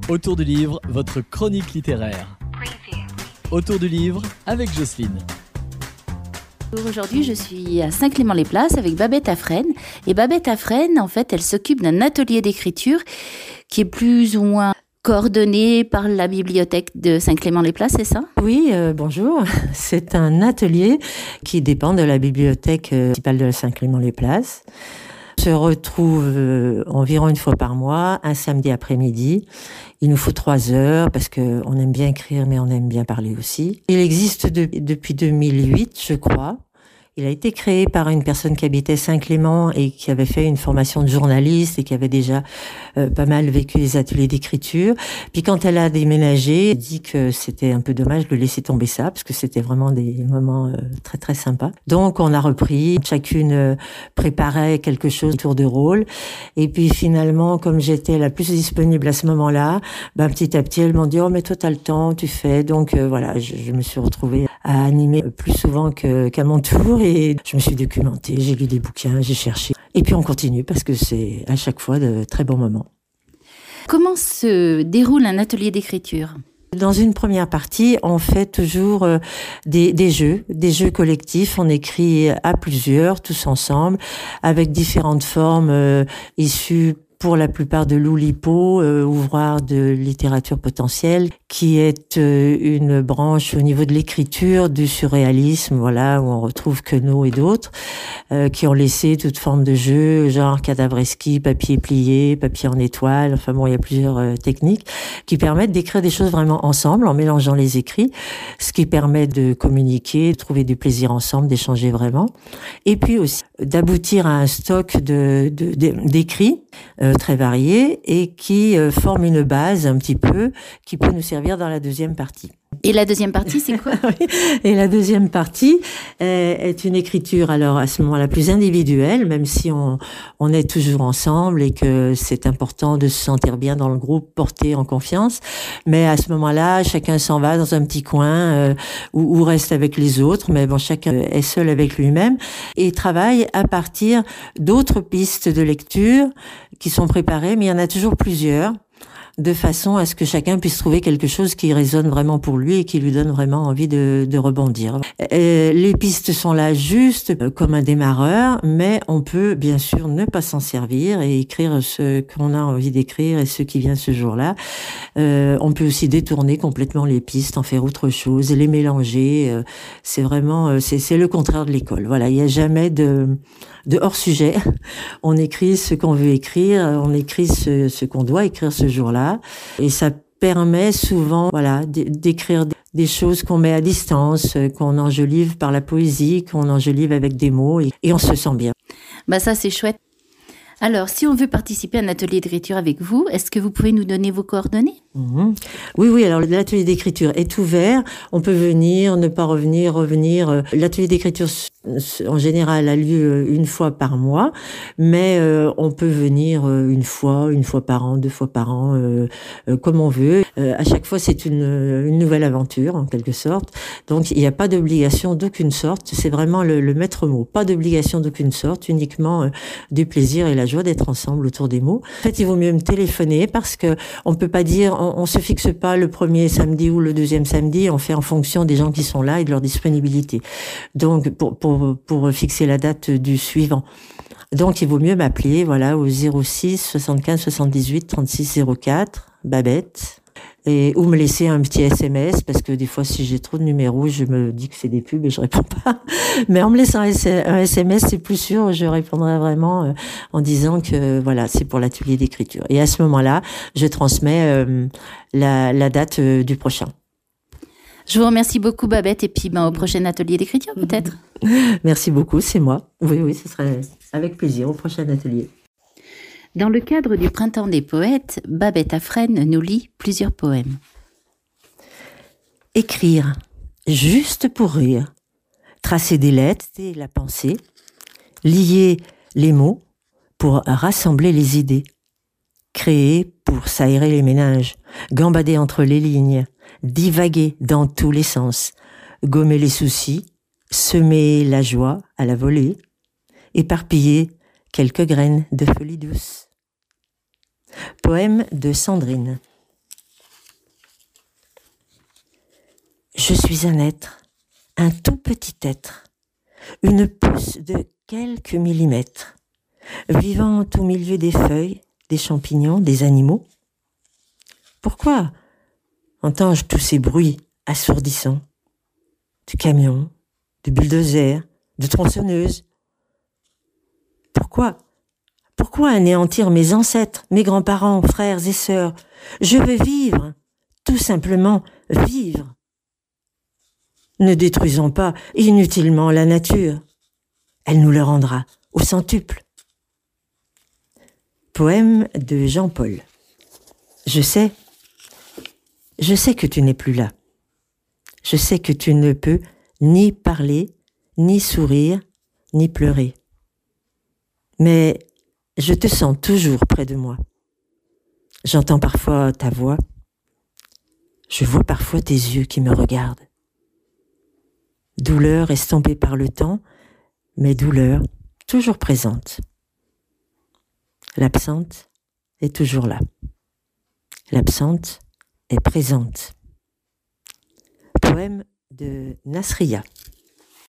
Autour du livre, votre chronique littéraire. Autour du livre avec Jocelyne. Aujourd'hui, je suis à Saint-Clément-les-Places avec Babette Affrène. Et Babette Affrène, en fait, elle s'occupe d'un atelier d'écriture qui est plus ou moins coordonné par la bibliothèque de Saint-Clément-les-Places, c'est ça ? Oui, bonjour. C'est un atelier qui dépend de la bibliothèque municipale de Saint-Clément-les-Places. On se retrouve environ une fois par mois, un samedi après-midi. Il nous faut 3 heures parce que on aime bien écrire, mais on aime bien parler aussi. Il existe depuis 2008, je crois. Il a été créé par une personne qui habitait Saint-Clément et qui avait fait une formation de journaliste et qui avait déjà pas mal vécu les ateliers d'écriture. Puis quand elle a déménagé, elle dit que c'était un peu dommage de laisser tomber ça parce que c'était vraiment des moments très très sympas. Donc on a repris, chacune préparait quelque chose, tour de rôle. Et puis finalement, comme j'étais la plus disponible à ce moment-là, petit à petit, elles m'ont dit « Oh mais toi t'as le temps, tu fais ». Donc voilà, je me suis retrouvée à animer plus souvent qu'à mon tour. Et je me suis documentée, j'ai lu des bouquins, j'ai cherché. Et puis on continue parce que c'est à chaque fois de très bons moments. Comment se déroule un atelier d'écriture ? Dans une première partie, on fait toujours des jeux collectifs. On écrit à plusieurs, tous ensemble, avec différentes formes issues pour la plupart de l'Oulipo, ouvroir de littérature potentielle, qui est une branche au niveau de l'écriture, du surréalisme, voilà, où on retrouve Queneau et d'autres, qui ont laissé toute forme de jeu, genre cadavreski, papier plié, papier en étoile, enfin bon, il y a plusieurs techniques qui permettent d'écrire des choses vraiment ensemble, en mélangeant les écrits, ce qui permet de communiquer, de trouver du plaisir ensemble, d'échanger vraiment, et puis aussi d'aboutir à un stock d'écrits très variés et qui forment une base un petit peu qui peut nous servir dans la deuxième partie. Et la deuxième partie, c'est quoi ? Et la deuxième partie est une écriture, alors à ce moment-là, plus individuelle, même si on est toujours ensemble et que c'est important de se sentir bien dans le groupe, porté en confiance. Mais à ce moment-là, chacun s'en va dans un petit coin ou reste avec les autres. Mais bon, chacun est seul avec lui-même et travaille à partir d'autres pistes de lecture qui sont préparées, mais il y en a toujours plusieurs, de façon à ce que chacun puisse trouver quelque chose qui résonne vraiment pour lui et qui lui donne vraiment envie de rebondir. Les pistes sont là juste comme un démarreur, mais on peut bien sûr ne pas s'en servir et écrire ce qu'on a envie d'écrire et ce qui vient ce jour-là. On peut aussi détourner complètement les pistes, en faire autre chose, les mélanger. C'est vraiment, c'est le contraire de l'école. Voilà, il n'y a jamais de hors-sujet. On écrit ce qu'on veut écrire, on écrit ce qu'on doit écrire ce jour-là. Et ça permet souvent, voilà, d'écrire des choses qu'on met à distance, qu'on enjolive par la poésie, qu'on enjolive avec des mots et on se sent bien. Ça, c'est chouette. Alors, si on veut participer à un atelier d'écriture avec vous, est-ce que vous pouvez nous donner vos coordonnées ? Oui, alors l'atelier d'écriture est ouvert. On peut venir, ne pas revenir. L'atelier d'écriture, en général, a lieu une fois par mois, mais on peut venir une fois par an, 2 fois par an, comme on veut. À chaque fois, c'est une nouvelle aventure, en quelque sorte. Donc, il n'y a pas d'obligation d'aucune sorte. C'est vraiment le maître mot. Pas d'obligation d'aucune sorte, uniquement du plaisir et la joie d'être ensemble autour des mots. En fait, il vaut mieux me téléphoner parce que on peut pas dire, on se fixe pas le premier samedi ou le deuxième samedi, on fait en fonction des gens qui sont là et de leur disponibilité. Donc, pour fixer la date du suivant. Donc, il vaut mieux m'appeler, voilà, au 06 75 78 36 04, Babette. Ou me laisser un petit SMS, parce que des fois, si j'ai trop de numéros, je me dis que c'est des pubs et je réponds pas. Mais en me laissant un SMS, c'est plus sûr, je répondrai vraiment en disant que voilà, c'est pour l'atelier d'écriture. Et à ce moment-là, je transmets la date du prochain. Je vous remercie beaucoup, Babette, et puis au prochain atelier d'écriture, peut-être. Merci beaucoup, c'est moi. Oui, ce serait avec plaisir, au prochain atelier. Dans le cadre du Printemps des poètes, Babette Affrène nous lit plusieurs poèmes. Écrire, juste pour rire. Tracer des lettres et la pensée. Lier les mots pour rassembler les idées. Créer pour s'aérer les méninges. Gambader entre les lignes. Divaguer dans tous les sens. Gommer les soucis. Semer la joie à la volée. Éparpiller quelques graines de folie douce. Poème de Sandrine. Je suis un être, un tout petit être, une pousse de quelques millimètres, vivant au milieu des feuilles, des champignons, des animaux. Pourquoi entends-je tous ces bruits assourdissants? Du camion, de bulldozer, de tronçonneuse. Pourquoi anéantir mes ancêtres, mes grands-parents, frères et sœurs? Je veux vivre, tout simplement vivre. Ne détruisons pas inutilement la nature. Elle nous le rendra au centuple. Poème de Jean-Paul. Je sais que tu n'es plus là. Je sais que tu ne peux ni parler, ni sourire, ni pleurer. Mais je te sens toujours près de moi. J'entends parfois ta voix. Je vois parfois tes yeux qui me regardent. Douleur estompée par le temps, mais douleur toujours présente. L'absente est toujours là. L'absente est présente. Poème de Nasriya.